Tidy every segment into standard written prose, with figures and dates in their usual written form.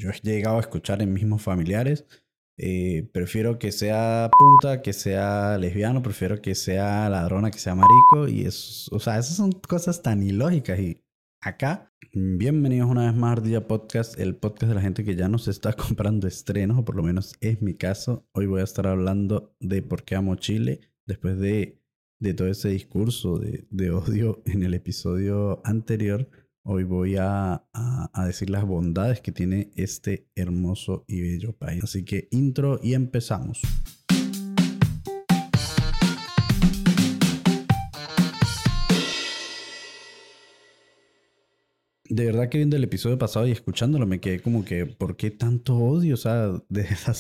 yo he llegado a escuchar en mismos familiares. Prefiero que sea puta, que sea lesbiano, prefiero que sea ladrona, que sea marico. Y eso, o sea, esas son cosas tan ilógicas. Y acá, bienvenidos una vez más a Ardilla Podcast, el podcast de la gente que ya no se está comprando estrenos, o por lo menos es mi caso. Hoy voy a estar hablando de por qué amo Chile, después de todo ese discurso de odio en el episodio anterior. Hoy voy a decir las bondades que tiene este hermoso y bello país. Así que intro y empezamos. De verdad que viendo el episodio pasado y escuchándolo me quedé como que, ¿por qué tanto odio? O sea, de verdad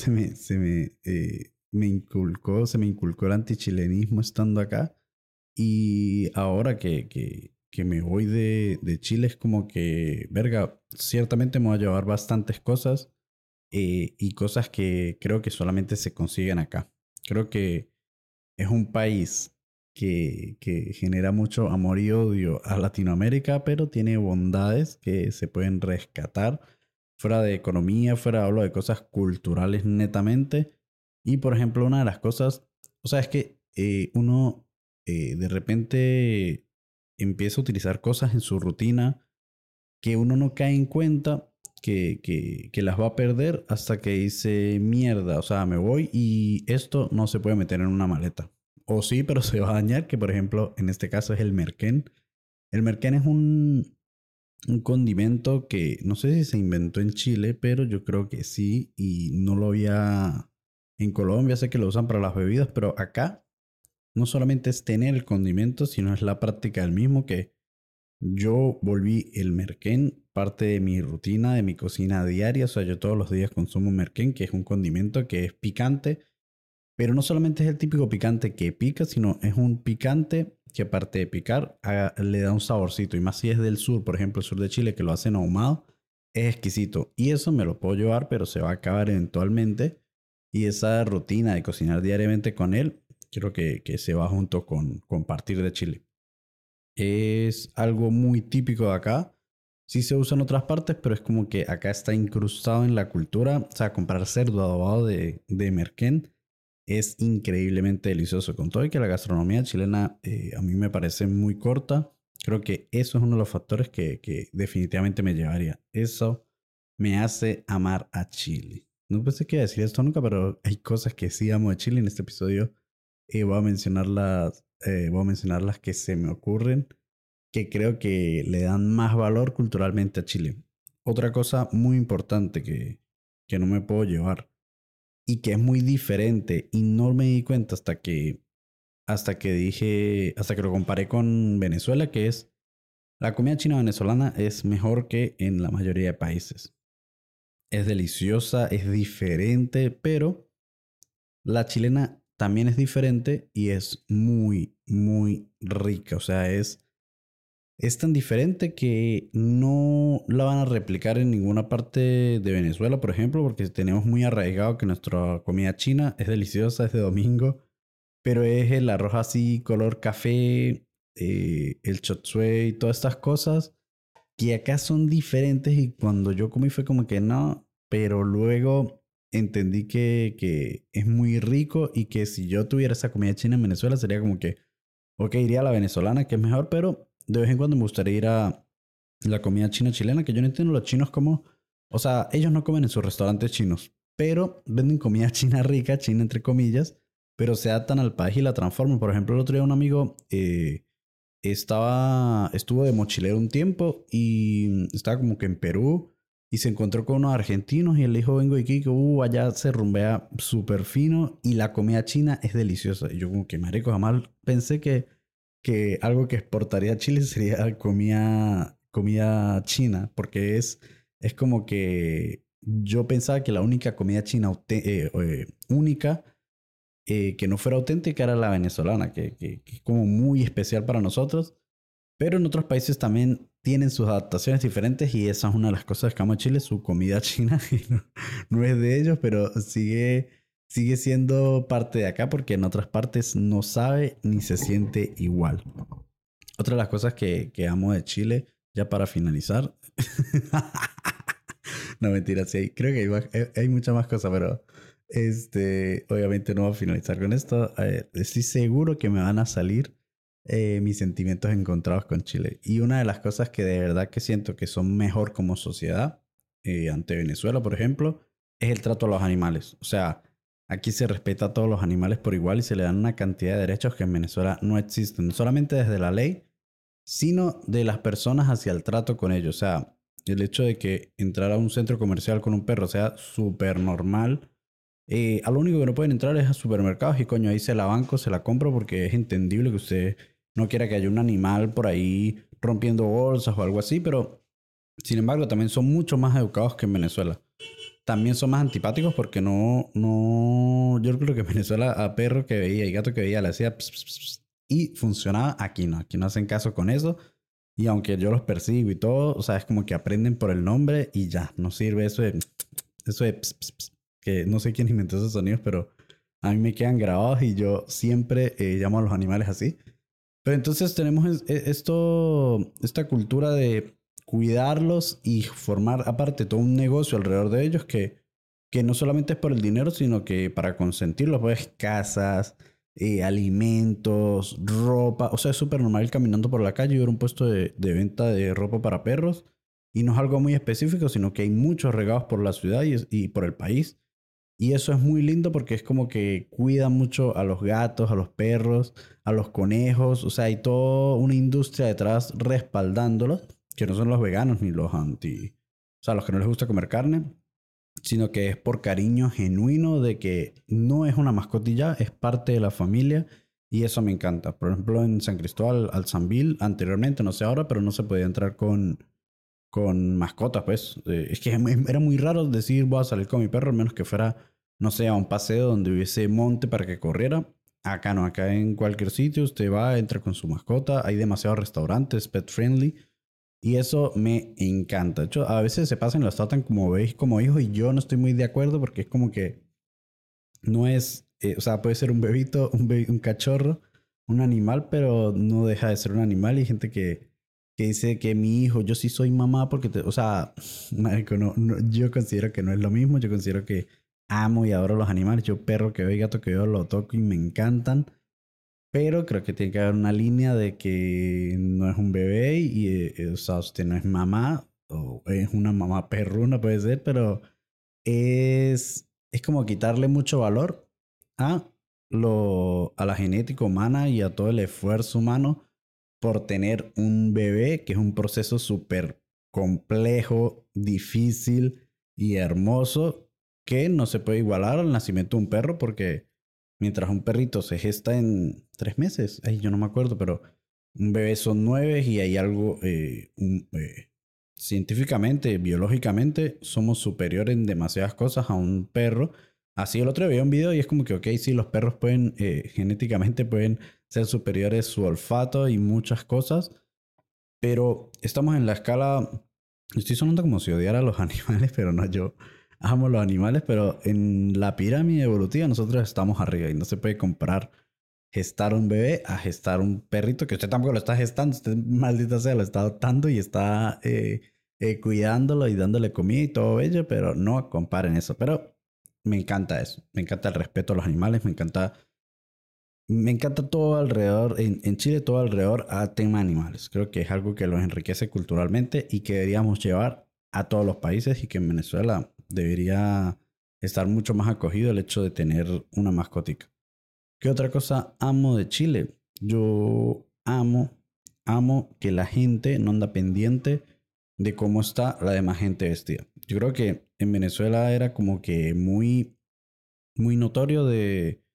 se me inculcó el antichilenismo estando acá. Y ahora que me voy de Chile es como que, verga, ciertamente me voy a llevar bastantes cosas y cosas que creo que solamente se consiguen acá. Creo que es un país que genera mucho amor y odio a Latinoamérica, pero tiene bondades que se pueden rescatar fuera de economía, fuera hablo de cosas culturales netamente. Y por ejemplo, una de las cosas, o sea, es que uno de repente empieza a utilizar cosas en su rutina que uno no cae en cuenta que las va a perder hasta que dice mierda, o sea, me voy y esto no se puede meter en una maleta. O sí, pero se va a dañar, que por ejemplo en este caso es el merquén. El merquén es un condimento que no sé si se inventó en Chile, pero yo creo que sí y no lo había en Colombia, sé que lo usan para las bebidas, pero acá no solamente es tener el condimento, sino es la práctica del mismo que yo volví el merquén parte de mi rutina, de mi cocina diaria. O sea, yo todos los días consumo merquén, que es un condimento que es picante, pero no solamente es el típico picante que pica, sino es un picante que aparte de picar, le da un saborcito. Y más si es del sur, por ejemplo, el sur de Chile, que lo hacen ahumado, es exquisito. Y eso me lo puedo llevar, pero se va a acabar eventualmente. Y esa rutina de cocinar diariamente con él, creo que se va junto con partir de Chile. Es algo muy típico de acá. Sí se usa en otras partes, pero es como que acá está incrustado en la cultura. O sea, comprar cerdo adobado de merquén es increíblemente delicioso. Con todo y que la gastronomía chilena a mí me parece muy corta, creo que eso es uno de los factores que definitivamente me llevaría. Eso me hace amar a Chile. No pensé que iba a decir esto nunca, pero hay cosas que sí amo de Chile en este episodio. Voy a mencionar las que se me ocurren que creo que le dan más valor culturalmente a Chile. Otra cosa muy importante que no me puedo llevar y que es muy diferente y no me di cuenta hasta que lo comparé con Venezuela, que es la comida china venezolana es mejor que en la mayoría de países. Es deliciosa, es diferente, pero la chilena también es diferente y es muy, muy rica. O sea, es tan diferente que no la van a replicar en ninguna parte de Venezuela, por ejemplo, porque tenemos muy arraigado que nuestra comida china es deliciosa, es de domingo, pero es el arroz así, color café, el chop suey y todas estas cosas que acá son diferentes y cuando yo comí fue como que no, pero luego entendí que es muy rico y que si yo tuviera esa comida china en Venezuela sería como que, ok, iría a la venezolana que es mejor, pero de vez en cuando me gustaría ir a la comida china chilena, que yo no entiendo los chinos como, o sea, ellos no comen en sus restaurantes chinos, pero venden comida china rica, china entre comillas, pero se adaptan al país y la transforman. Por ejemplo, el otro día un amigo estuvo de mochilero un tiempo y estaba como que en Perú y se encontró con unos argentinos y él dijo, vengo de aquí, que allá se rumbea súper fino y la comida china es deliciosa. Y yo como que, marico, jamás pensé que algo que exportaría a Chile sería comida china, porque es como que yo pensaba que la única comida china única que no fuera auténtica era la venezolana, que es como muy especial para nosotros, pero en otros países también tienen sus adaptaciones diferentes y esa es una de las cosas que amo a Chile, su comida china, y no es de ellos, pero sigue siendo parte de acá porque en otras partes no sabe ni se siente igual. Otra de las cosas que amo de Chile, ya para finalizar, No, mentira, sí, creo que hay muchas más cosas, pero obviamente no voy a finalizar con esto. Estoy seguro que me van a salir mis sentimientos encontrados con Chile. Y una de las cosas que de verdad que siento que son mejor como sociedad, ante Venezuela, por ejemplo, es el trato a los animales. O sea, aquí se respeta a todos los animales por igual y se le dan una cantidad de derechos que en Venezuela no existen, no solamente desde la ley, sino de las personas hacia el trato con ellos. O sea, el hecho de que entrar a un centro comercial con un perro sea súper normal. A lo único que no pueden entrar es a supermercados y coño, ahí se la banco, se la compro porque es entendible que usted no quiera que haya un animal por ahí rompiendo bolsas o algo así, pero sin embargo también son mucho más educados que en Venezuela. También son más antipáticos porque yo creo que en Venezuela a perro que veía y gato que veía le hacía ps, ps, ps, ps, y funcionaba. Aquí no hacen caso con eso. Y aunque yo los persigo y todo, o sea, es como que aprenden por el nombre y ya, no sirve eso de ps, ps, ps, que no sé quién inventó esos sonidos, pero a mí me quedan grabados y yo siempre llamo a los animales así. Pero entonces tenemos esta cultura de cuidarlos y formar aparte todo un negocio alrededor de ellos que no solamente es por el dinero, sino que para consentirlos, pues casas, alimentos, ropa. O sea, es súper normal ir caminando por la calle y ver un puesto de venta de ropa para perros. Y no es algo muy específico, sino que hay muchos regados por la ciudad y por el país. Y eso es muy lindo porque es como que cuida mucho a los gatos, a los perros, a los conejos. O sea, hay toda una industria detrás respaldándolos, que no son los veganos ni los anti... O sea, los que no les gusta comer carne, sino que es por cariño genuino de que no es una mascotilla, es parte de la familia. Y eso me encanta. Por ejemplo, en San Cristóbal, al Sambil, anteriormente, no sé ahora, pero no se podía entrar con mascotas, pues. Es que era muy raro decir voy a salir con mi perro, al menos que fuera, no sé, a un paseo donde hubiese monte para que corriera. Acá no, acá en cualquier sitio usted va, entra con su mascota, hay demasiados restaurantes pet friendly y eso me encanta. De hecho, a veces se pasan y los tratan como veis, como hijos y yo no estoy muy de acuerdo porque es como que no es, o sea, puede ser un bebito, un cachorro, un animal, pero no deja de ser un animal. Y hay gente que dice que mi hijo, yo sí soy mamá porque, o sea, marico, yo considero que no es lo mismo. Yo considero que amo y adoro los animales. Yo perro que veo y gato que veo lo toco y me encantan. Pero creo que tiene que haber una línea de que no es un bebé y, o sea, usted no es mamá o es una mamá perruna, puede ser, pero es como quitarle mucho valor a, a la genética humana y a todo el esfuerzo humano por tener un bebé, que es un proceso súper complejo, difícil y hermoso, que no se puede igualar al nacimiento de un perro, porque mientras un perrito se gesta en 3 meses, ay, yo no me acuerdo, pero un bebé son 9 y hay algo, científicamente, biológicamente, somos superiores en demasiadas cosas a un perro. Así el otro día vi un video y es como que, ok, sí, los perros pueden, genéticamente pueden ser superiores su olfato y muchas cosas, pero estamos en la escala, estoy sonando como si odiara a los animales, pero no, yo amo los animales, pero en la pirámide evolutiva nosotros estamos arriba y no se puede comparar gestar un bebé a gestar un perrito que usted tampoco lo está gestando, usted maldita sea, lo está adoptando y está cuidándolo y dándole comida y todo bello, pero no comparen eso. Pero me encanta eso, me encanta el respeto a los animales, me encanta todo alrededor, en Chile todo alrededor a tema animales. Creo que es algo que los enriquece culturalmente y que deberíamos llevar a todos los países y que en Venezuela debería estar mucho más acogido el hecho de tener una mascotica. ¿Qué otra cosa amo de Chile? Yo amo que la gente no anda pendiente de cómo está la demás gente vestida. Yo creo que en Venezuela era como que muy notorio de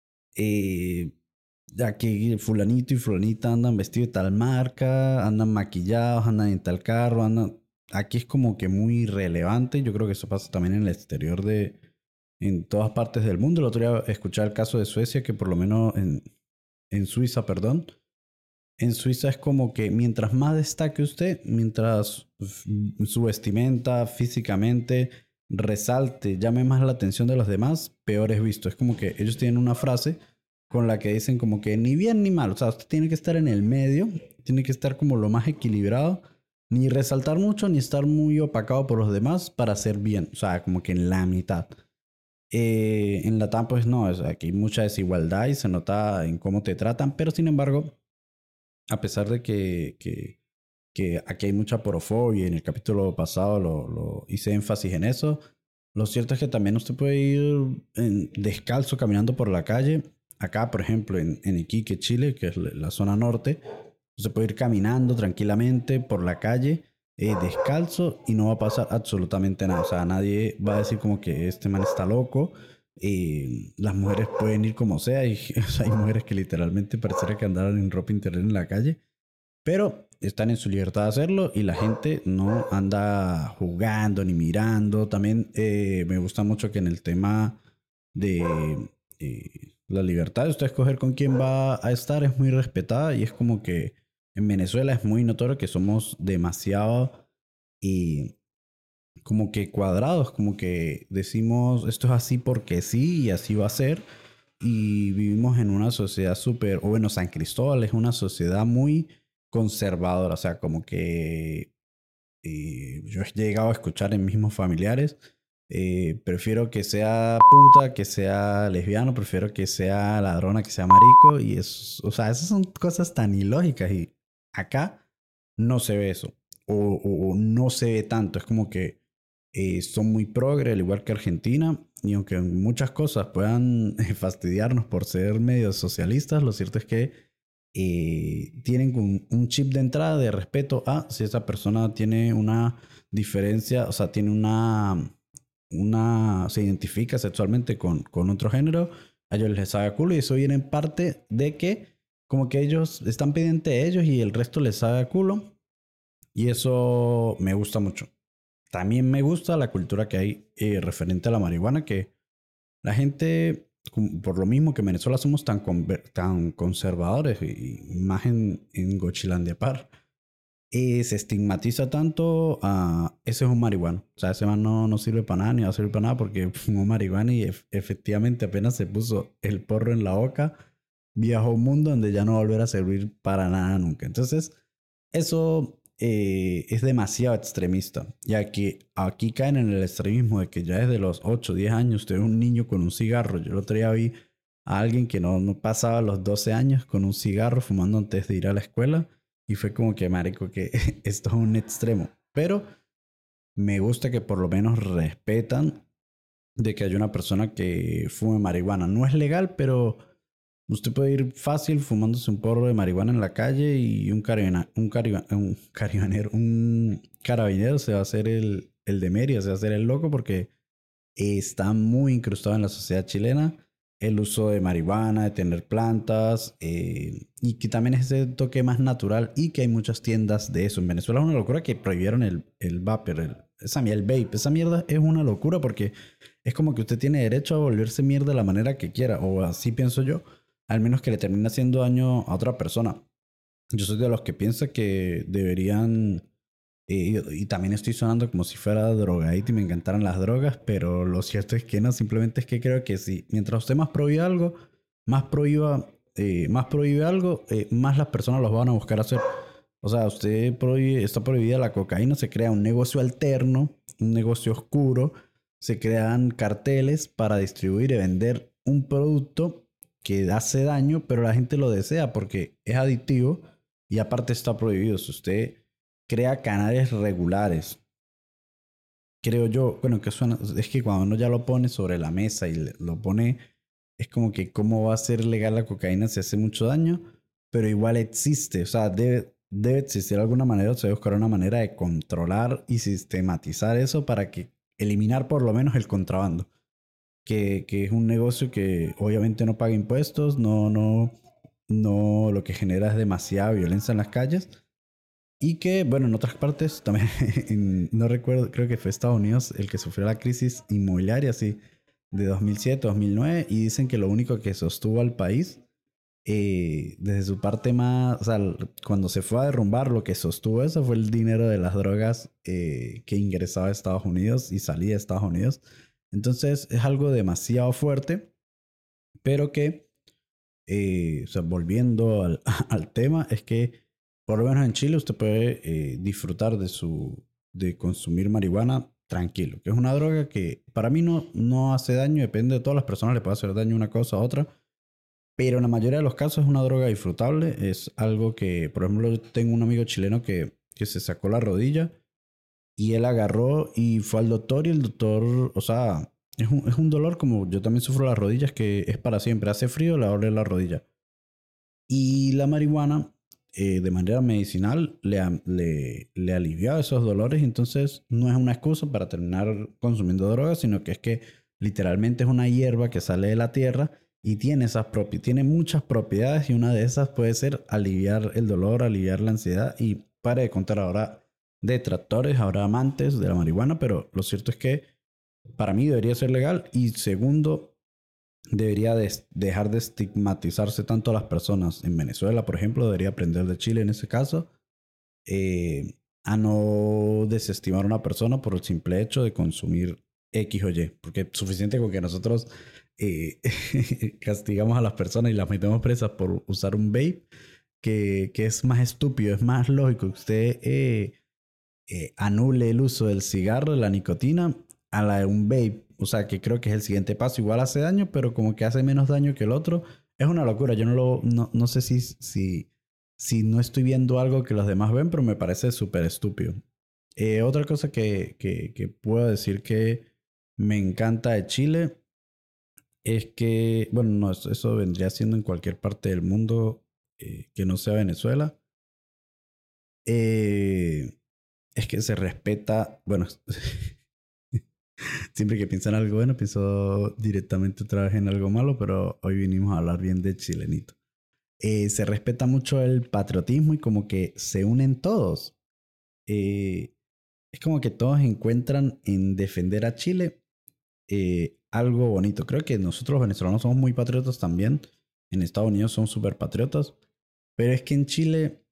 ya que fulanito y fulanita andan vestidos de tal marca, andan maquillados, andan en tal carro, andan... Aquí es como que muy relevante. Yo creo que eso pasa también en el exterior en todas partes del mundo. El otro día escuché el caso de Suecia, que por lo menos en Suiza, perdón. En Suiza es como que mientras más destaque usted, mientras su vestimenta físicamente resalte, llame más la atención de los demás, peor es visto. Es como que ellos tienen una frase con la que dicen como que ni bien ni mal. O sea, usted tiene que estar en el medio, tiene que estar como lo más equilibrado ni resaltar mucho ni estar muy opacado por los demás para hacer bien. O sea, como que en la mitad. En Latam, pues no, aquí hay mucha desigualdad y se nota en cómo te tratan, pero sin embargo, a pesar de que aquí hay mucha porofobia, y en el capítulo pasado lo hice énfasis en eso, lo cierto es que también usted puede ir descalzo caminando por la calle. Acá, por ejemplo, en Iquique, Chile, que es la zona norte, usted puede ir caminando tranquilamente por la calle descalzo y no va a pasar absolutamente nada. O sea, nadie va a decir como que este man está loco. Las mujeres pueden ir como sea. Y, o sea, hay mujeres que literalmente pareciera que andaran en ropa interior en la calle. Pero están en su libertad de hacerlo y la gente no anda jugando ni mirando. También me gusta mucho que en el tema de la libertad de usted escoger con quién va a estar es muy respetada y es como que en Venezuela es muy notorio que somos demasiado y como que cuadrados, como que decimos esto es así porque sí y así va a ser. Y vivimos en una sociedad súper, o bueno, San Cristóbal es una sociedad muy conservadora, o sea, como que yo he llegado a escuchar en mismos familiares, prefiero que sea puta, que sea lesbiano, prefiero que sea ladrona, que sea marico, y es, o sea, esas son cosas tan ilógicas y acá no se ve eso, o no se ve tanto, es como que son muy progre, al igual que Argentina, y aunque muchas cosas puedan fastidiarnos por ser medio socialistas, lo cierto es que tienen un chip de entrada de respeto a si esa persona tiene una diferencia, o sea, tiene se identifica sexualmente con otro género, a ellos les haga culo y eso viene en parte de que como que ellos están pendientes de ellos y el resto les haga culo y eso me gusta mucho. También me gusta la cultura que hay referente a la marihuana, que la gente, por lo mismo que en Venezuela somos tan conservadores y más en Gochilandia Par, se estigmatiza tanto a ese es un marihuano. O sea, ese man no sirve para nada ni va a servir para nada porque fumó marihuana y efectivamente apenas se puso el porro en la boca, viajó a un mundo donde ya no va a volver a servir para nada nunca. Entonces, eso es demasiado extremista. Ya que aquí caen en el extremismo de que ya desde los 8 o 10 años usted es un niño con un cigarro. Yo el otro día vi a alguien que no pasaba los 12 años con un cigarro fumando antes de ir a la escuela. Y fue como que, marico, que esto es un extremo. Pero me gusta que por lo menos respetan de que haya una persona que fume marihuana. No es legal, pero usted puede ir fácil fumándose un porro de marihuana en la calle y un carabinero se va a hacer el demerio, se va a hacer el loco porque está muy incrustado en la sociedad chilena el uso de marihuana, de tener plantas y que también es ese toque más natural y que hay muchas tiendas de eso. En Venezuela es una locura que prohibieron el vapor, el vape. Esa mierda es una locura porque es como que usted tiene derecho a volverse mierda de la manera que quiera, o así pienso yo, al menos que le termine haciendo daño a otra persona. Yo soy de los que piensa que deberían y también estoy sonando como si fuera drogadito y me encantaran las drogas, pero lo cierto es que no, simplemente es que creo que si mientras usted más prohíbe algo, más prohíbe algo, más las personas los van a buscar hacer. O sea, está prohibida la cocaína, se crea un negocio alterno, un negocio oscuro, se crean carteles para distribuir y vender un producto que hace daño, pero la gente lo desea porque es adictivo y aparte está prohibido. Si usted crea canales regulares. Creo yo, bueno, que suena, es que cuando uno ya lo pone sobre la mesa y lo pone, es como que cómo va a ser legal la cocaína si hace mucho daño, pero igual existe, o sea, debe existir alguna manera, se debe buscar una manera de controlar y sistematizar eso para que eliminar por lo menos el contrabando, que es un negocio que obviamente no paga impuestos, no, lo que genera es demasiada violencia en las calles y que, bueno, en otras partes también, no recuerdo, creo que fue Estados Unidos el que sufrió la crisis inmobiliaria, así, de 2007, 2009, y dicen que lo único que sostuvo al país, desde su parte más, o sea, cuando se fue a derrumbar, lo que sostuvo eso fue el dinero de las drogas que ingresaba a Estados Unidos y salía de Estados Unidos. Entonces es algo demasiado fuerte, pero que, o sea, volviendo al, al tema, es que Por lo menos en Chile usted puede disfrutar de consumir marihuana tranquilo, que es una droga que para mí no hace daño, depende de todas las personas, le puede hacer daño una cosa a otra, pero en la mayoría de los casos es una droga disfrutable, es algo que, por ejemplo, yo tengo un amigo chileno que se sacó la rodilla y él agarró y fue al doctor y el doctor, o sea, es un dolor como yo también sufro las rodillas que es para siempre, hace frío, le duele la rodilla. Y la marihuana, de manera medicinal, le aliviaba esos dolores. Entonces, no es una excusa para terminar consumiendo drogas, sino que es que literalmente es una hierba que sale de la tierra y tiene muchas propiedades. Y una de esas puede ser aliviar el dolor, aliviar la ansiedad. Y para de contar ahora detractores, ahora amantes de la marihuana, pero lo cierto es que para mí debería ser legal. Y segundo, debería dejar de estigmatizarse tanto a las personas en Venezuela, por ejemplo, debería aprender de Chile en ese caso, a no desestimar a una persona por el simple hecho de consumir X o Y, porque es suficiente con que nosotros eh, castigamos a las personas y las metemos presas por usar un vape, que es más estúpido, es más lógico que usted anule el uso del cigarro, de la nicotina, a la de un vape. O sea, que creo que es el siguiente paso. Igual hace daño, pero como que hace menos daño que el otro. Es una locura. Yo no sé si no estoy viendo algo que los demás ven, pero me parece súper estúpido. Otra cosa que puedo decir que me encanta de Chile es que, bueno, no, eso vendría siendo en cualquier parte del mundo que no sea Venezuela. Eh, es que se respeta, bueno, siempre que pienso en algo bueno, pienso directamente otra vez en algo malo, pero hoy vinimos a hablar bien de chilenito. Se respeta mucho el patriotismo y como que se unen todos. Eh, es como que todos encuentran en defender a Chile algo bonito. Creo que nosotros los venezolanos somos muy patriotas también. En Estados Unidos son súper patriotas. Pero es que en Chile,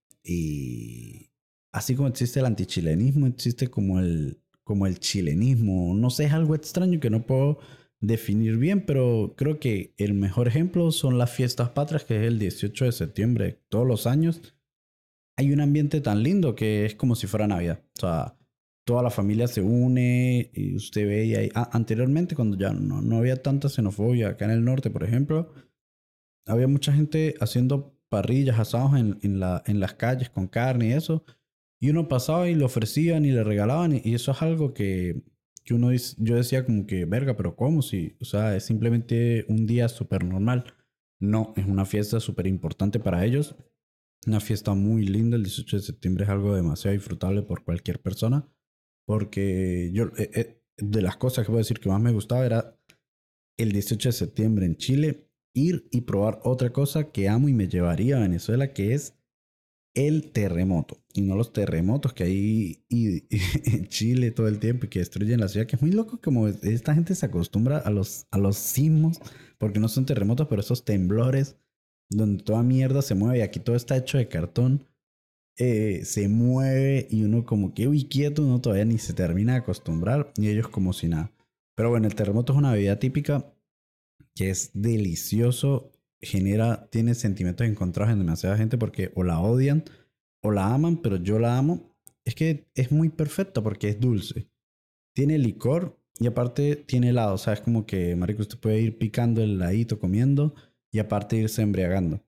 así como existe el antichilenismo, existe como el chilenismo. No sé, es algo extraño que no puedo definir bien, pero creo que el mejor ejemplo son las fiestas patrias, que es el 18 de septiembre todos los años. Hay un ambiente tan lindo que es como si fuera Navidad. O sea, toda la familia se une y usted ve y anteriormente, cuando ya no había tanta xenofobia acá en el norte, por ejemplo, había mucha gente haciendo parrillas, asados en las calles con carne y eso. Y uno pasaba y le ofrecían y le regalaban. Y eso es algo que yo decía como que, verga, pero ¿cómo? Si, o sea, es simplemente un día súper normal. No, es una fiesta súper importante para ellos. Una fiesta muy linda. El 18 de septiembre es algo demasiado disfrutable por cualquier persona. Porque de las cosas que puedo decir que más me gustaba era el 18 de septiembre en Chile, ir y probar otra cosa que amo y me llevaría a Venezuela, que es el terremoto. Y no los terremotos que hay en Chile todo el tiempo y que destruyen la ciudad, que es muy loco como esta gente se acostumbra a los sismos, porque no son terremotos, pero esos temblores donde toda mierda se mueve y aquí todo está hecho de cartón. Se mueve y uno como que uy quieto, uno todavía ni se termina de acostumbrar y ellos como si nada. Pero bueno, el terremoto es una bebida típica que es delicioso, tiene sentimientos encontrados en demasiada gente porque o la odian o la aman, pero yo la amo. Es que es muy perfecta porque es dulce. Tiene licor y aparte tiene helado. O sea, es como que, marico, usted puede ir picando el heladito, comiendo y aparte irse embriagando.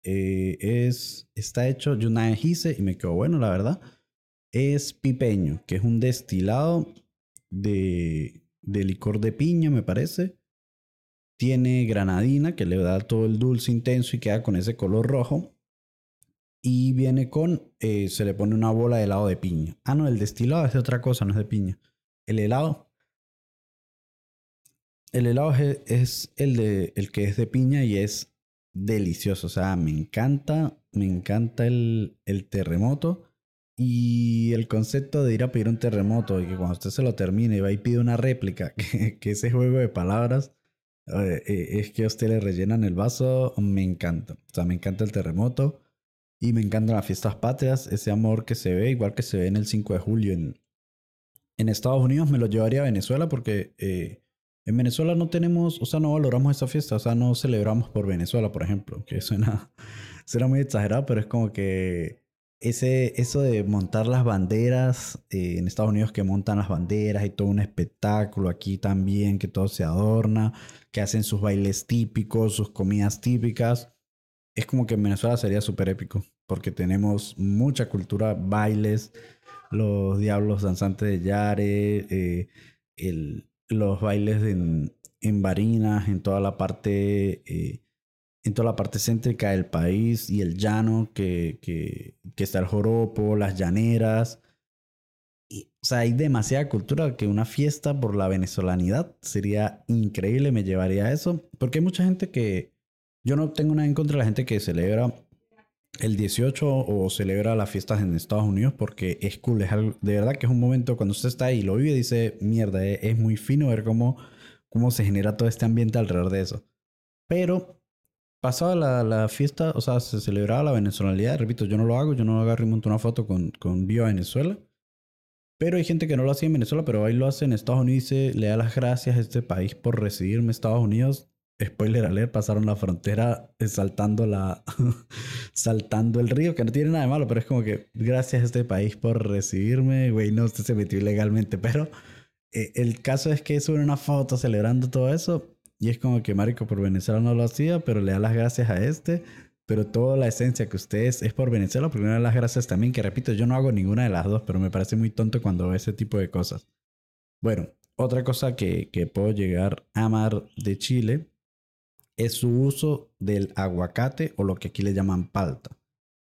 Está hecho, yo una vez hice y me quedó bueno, la verdad. Es pipeño, que es un destilado de licor de piña, me parece. Tiene granadina que le da todo el dulce intenso y queda con ese color rojo. Y viene se le pone una bola de helado de piña. Ah, no, el destilado es de otra cosa, no es de piña. El helado, el helado es el que es de piña y es delicioso. O sea, me encanta el terremoto. Y el concepto de ir a pedir un terremoto y que cuando usted se lo termine y va y pide una réplica, que ese juego de palabras es que a usted le rellenan el vaso, me encanta. O sea, me encanta el terremoto y me encantan las fiestas patrias, ese amor que se ve, igual que se ve en el 5 de julio en Estados Unidos, me lo llevaría a Venezuela porque en Venezuela no tenemos, o sea, no valoramos esa fiesta, o sea, no celebramos por Venezuela, por ejemplo, que suena muy exagerado, pero es como que eso de montar las banderas, en Estados Unidos que montan las banderas y todo un espectáculo, aquí también que todo se adorna, que hacen sus bailes típicos, sus comidas típicas. Es como que en Venezuela sería súper épico, porque tenemos mucha cultura, bailes, los diablos danzantes de Yare, los bailes en Barinas, en toda la parte céntrica del país y el llano, que está el joropo, las llaneras. Y, o sea, hay demasiada cultura que una fiesta por la venezolanidad sería increíble, me llevaría a eso, porque hay mucha gente que, yo no tengo nada en contra de la gente que celebra el 18 o celebra las fiestas en Estados Unidos porque es cool, es algo, de verdad que es un momento cuando usted está ahí y lo vive, dice, mierda, es muy fino ver cómo se genera todo este ambiente alrededor de eso. Pero pasaba la fiesta, o sea, se celebraba la venezolanidad, repito, yo no lo hago, yo no agarro y monto una foto con Viva Venezuela, pero hay gente que no lo hacía en Venezuela, pero ahí lo hace en Estados Unidos y dice, le da las gracias a este país por recibirme. Estados Unidos, spoiler alert, pasaron la frontera saltando saltando el río, que no tiene nada de malo, pero es como que gracias a este país por recibirme. Güey, no, usted se metió ilegalmente, pero el caso es que suben una foto celebrando todo eso y es como que marico por Venezuela no lo hacía, pero le da las gracias a este. Pero toda la esencia que usted es por Venezuela, porque una de las gracias también, que repito, yo no hago ninguna de las dos, pero me parece muy tonto cuando veo ese tipo de cosas. Bueno, otra cosa que puedo llegar a amar de Chile es su uso del aguacate o lo que aquí le llaman palta.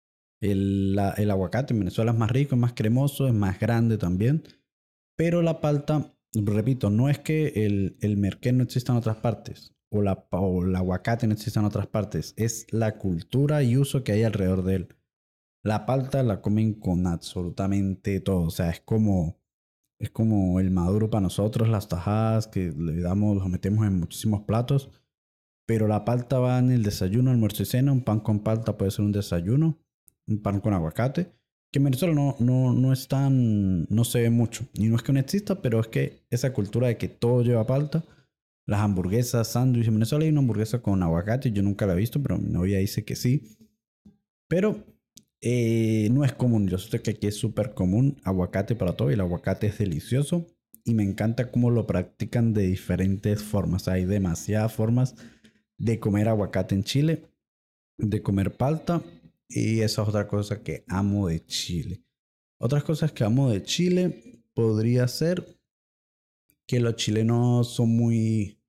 El aguacate en Venezuela es más rico, es más cremoso, es más grande también, pero la palta, repito, no es que el merquén no exista en otras partes o el aguacate no exista en otras partes, es la cultura y uso que hay alrededor de él. La palta la comen con absolutamente todo, o sea, es como el maduro para nosotros, las tajadas que le damos, los metemos en muchísimos platos, pero la palta va en el desayuno, almuerzo y cena, un pan con palta puede ser un desayuno, un pan con aguacate, que en Venezuela no es tan, no se ve mucho. Y no es que no exista, pero es que esa cultura de que todo lleva palta, las hamburguesas, sándwiches, en Venezuela hay una hamburguesa con aguacate, yo nunca la he visto, pero mi novia dice que sí. Pero no es común, yo sé que aquí es súper común aguacate para todo y el aguacate es delicioso y me encanta cómo lo practican de diferentes formas. Hay demasiadas formas de comer aguacate en Chile, de comer palta y esa es otra cosa que amo de Chile. Otras cosas que amo de Chile podría ser que los chilenos son muy,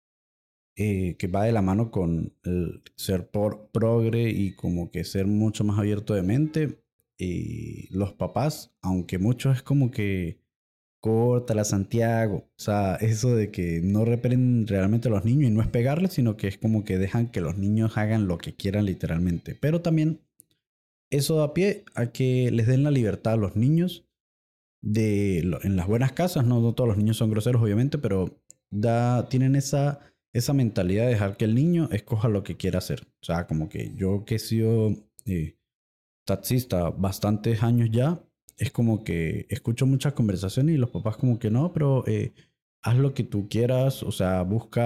que va de la mano con el ser progre y como que ser mucho más abierto de mente. Y los papás, aunque muchos es como que corta Santiago, o sea, eso de que no reprenden realmente a los niños y no es pegarles, sino que es como que dejan que los niños hagan lo que quieran literalmente. Pero también eso da pie a que les den la libertad a los niños en las buenas casas, no todos los niños son groseros obviamente, pero tienen esa mentalidad de dejar que el niño escoja lo que quiera hacer. O sea, como que yo que he sido taxista bastantes años ya, es como que escucho muchas conversaciones y los papás como que no, pero haz lo que tú quieras, o sea,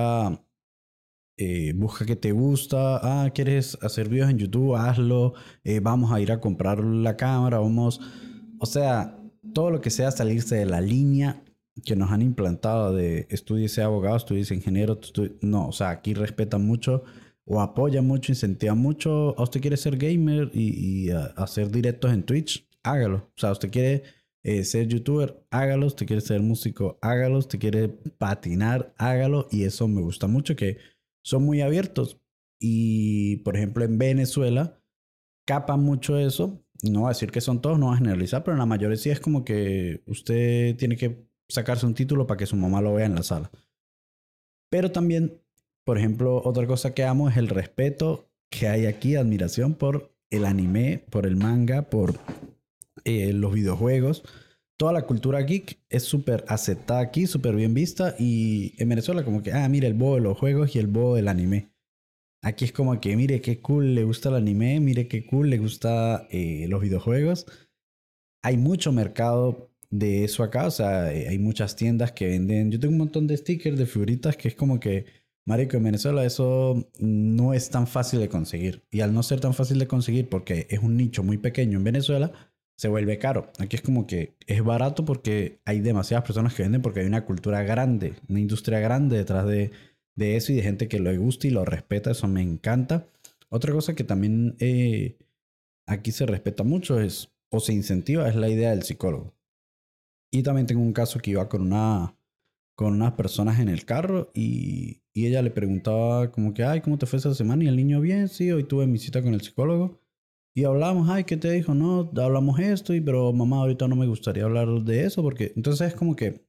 busca que te gusta, quieres hacer videos en YouTube, hazlo, vamos a ir a comprar la cámara, vamos, o sea, todo lo que sea salirse de la línea que nos han implantado de estudiese abogado, estudiese ingeniero, no, o sea, aquí respetan mucho o apoyan mucho, incentivan mucho. A usted quiere ser gamer y hacer directos en Twitch, hágalo. O sea, usted quiere ser youtuber, hágalo. Usted quiere ser músico, hágalo. Usted quiere patinar, hágalo. Y eso me gusta mucho, que son muy abiertos. Y, por ejemplo, en Venezuela capan mucho eso. No voy a decir que son todos, no voy a generalizar, pero en la mayoría sí es como que usted tiene que sacarse un título para que su mamá lo vea en la sala. Pero también, por ejemplo, otra cosa que amo es el respeto que hay aquí, admiración por el anime, por el manga, por los videojuegos. Toda la cultura geek es súper aceptada aquí, súper bien vista. Y en Venezuela como que, mira el bobo de los juegos y el bobo del anime. Aquí es como que, mire qué cool le gusta el anime, mire qué cool le gusta los videojuegos. Hay mucho mercado de eso acá, o sea, hay muchas tiendas que venden. Yo tengo un montón de stickers de figuritas que es como que Marico, en Venezuela eso no es tan fácil de conseguir. Y al no ser tan fácil de conseguir, porque es un nicho muy pequeño en Venezuela, se vuelve caro. Aquí es como que es barato porque hay demasiadas personas que venden, porque hay una cultura grande, una industria grande detrás de eso y de gente que lo gusta y lo respeta. Eso me encanta. Otra cosa que también aquí se respeta mucho es, o se incentiva, es la idea del psicólogo. Y también tengo un caso que iba con unas personas en el carro y ella le preguntaba como que, ay, ¿cómo te fue esa semana? Y el niño, bien, sí, hoy tuve mi cita con el psicólogo. Y hablamos, ay, ¿qué te dijo? No, hablamos esto, pero mamá, ahorita no me gustaría hablar de eso porque entonces es como que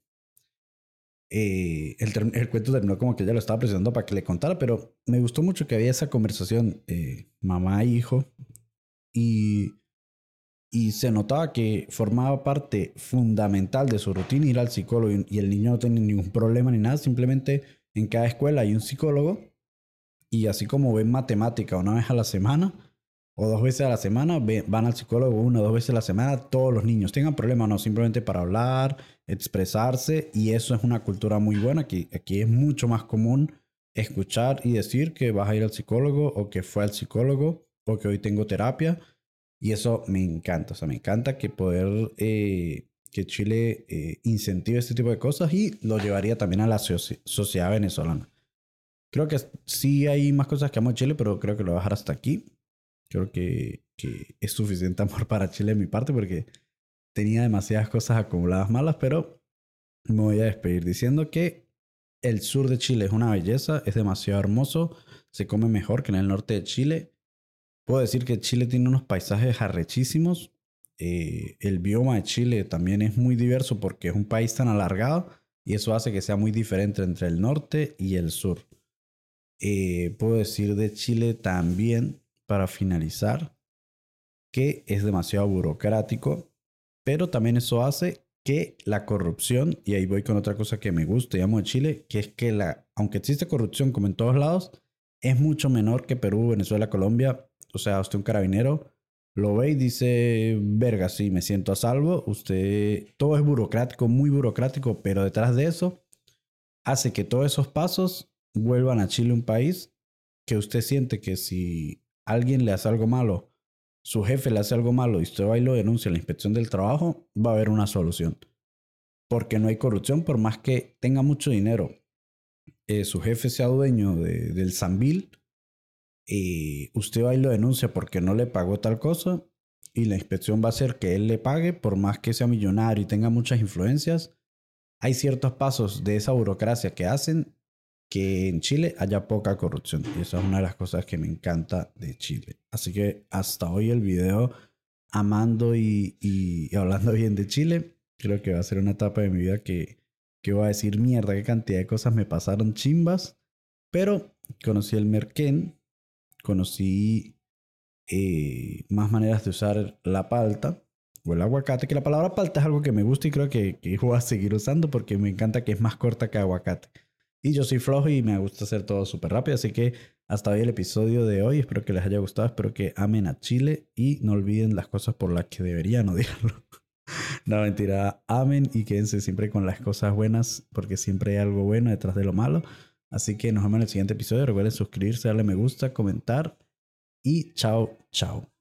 el cuento terminó como que ella lo estaba presionando para que le contara, pero me gustó mucho que había esa conversación mamá-hijo y y se notaba que formaba parte fundamental de su rutina ir al psicólogo y el niño no tenía ningún problema ni nada, simplemente en cada escuela hay un psicólogo y así como ven matemática una vez a la semana o dos veces a la semana, van al psicólogo una o dos veces a la semana todos los niños, tengan problemas o no, simplemente para hablar, expresarse y eso es una cultura muy buena, aquí es mucho más común escuchar y decir que vas a ir al psicólogo o que fue al psicólogo o que hoy tengo terapia y eso me encanta, o sea, me encanta que poder, que Chile incentive este tipo de cosas y lo llevaría también a la sociedad venezolana. Creo que sí hay más cosas que amo a Chile, pero creo que lo voy a dejar hasta aquí. Creo que es suficiente amor para Chile de mi parte porque tenía demasiadas cosas acumuladas malas, pero me voy a despedir diciendo que el sur de Chile es una belleza, es demasiado hermoso, se come mejor que en el norte de Chile. Puedo decir que Chile tiene unos paisajes arrechísimos. El bioma de Chile también es muy diverso porque es un país tan alargado y eso hace que sea muy diferente entre el norte y el sur. Puedo decir de Chile también, para finalizar, que es demasiado burocrático, pero también eso hace que la corrupción, y ahí voy con otra cosa que me gusta y amo de Chile, que es que aunque existe corrupción como en todos lados, es mucho menor que Perú, Venezuela, Colombia. O sea, usted un carabinero lo ve y dice, verga, sí, me siento a salvo. Usted, todo es burocrático, muy burocrático, pero detrás de eso hace que todos esos pasos vuelvan a Chile un país que usted siente que si alguien le hace algo malo, su jefe le hace algo malo y usted va y lo denuncia a la inspección del trabajo, va a haber una solución. Porque no hay corrupción, por más que tenga mucho dinero, su jefe sea dueño del Sambil, usted va y lo denuncia porque no le pagó tal cosa y la inspección va a hacer que él le pague, por más que sea millonario y tenga muchas influencias. Hay ciertos pasos de esa burocracia que hacen que en Chile haya poca corrupción. Y esa es una de las cosas que me encanta de Chile. Así que hasta hoy el video amando y hablando bien de Chile. Creo que va a ser una etapa de mi vida que voy a decir, mierda, qué cantidad de cosas me pasaron chimbas. Pero conocí el merquén, conocí más maneras de usar la palta o el aguacate, que la palabra palta es algo que me gusta y creo que voy a seguir usando porque me encanta que es más corta que aguacate. Y yo soy flojo y me gusta hacer todo súper rápido, así que hasta hoy el episodio de hoy. Espero que les haya gustado, espero que amen a Chile y no olviden las cosas por las que deberían odiarlo. No, mentira, amen y quédense siempre con las cosas buenas porque siempre hay algo bueno detrás de lo malo. Así que nos vemos en el siguiente episodio. Recuerden suscribirse, darle me gusta, comentar y chao, chao.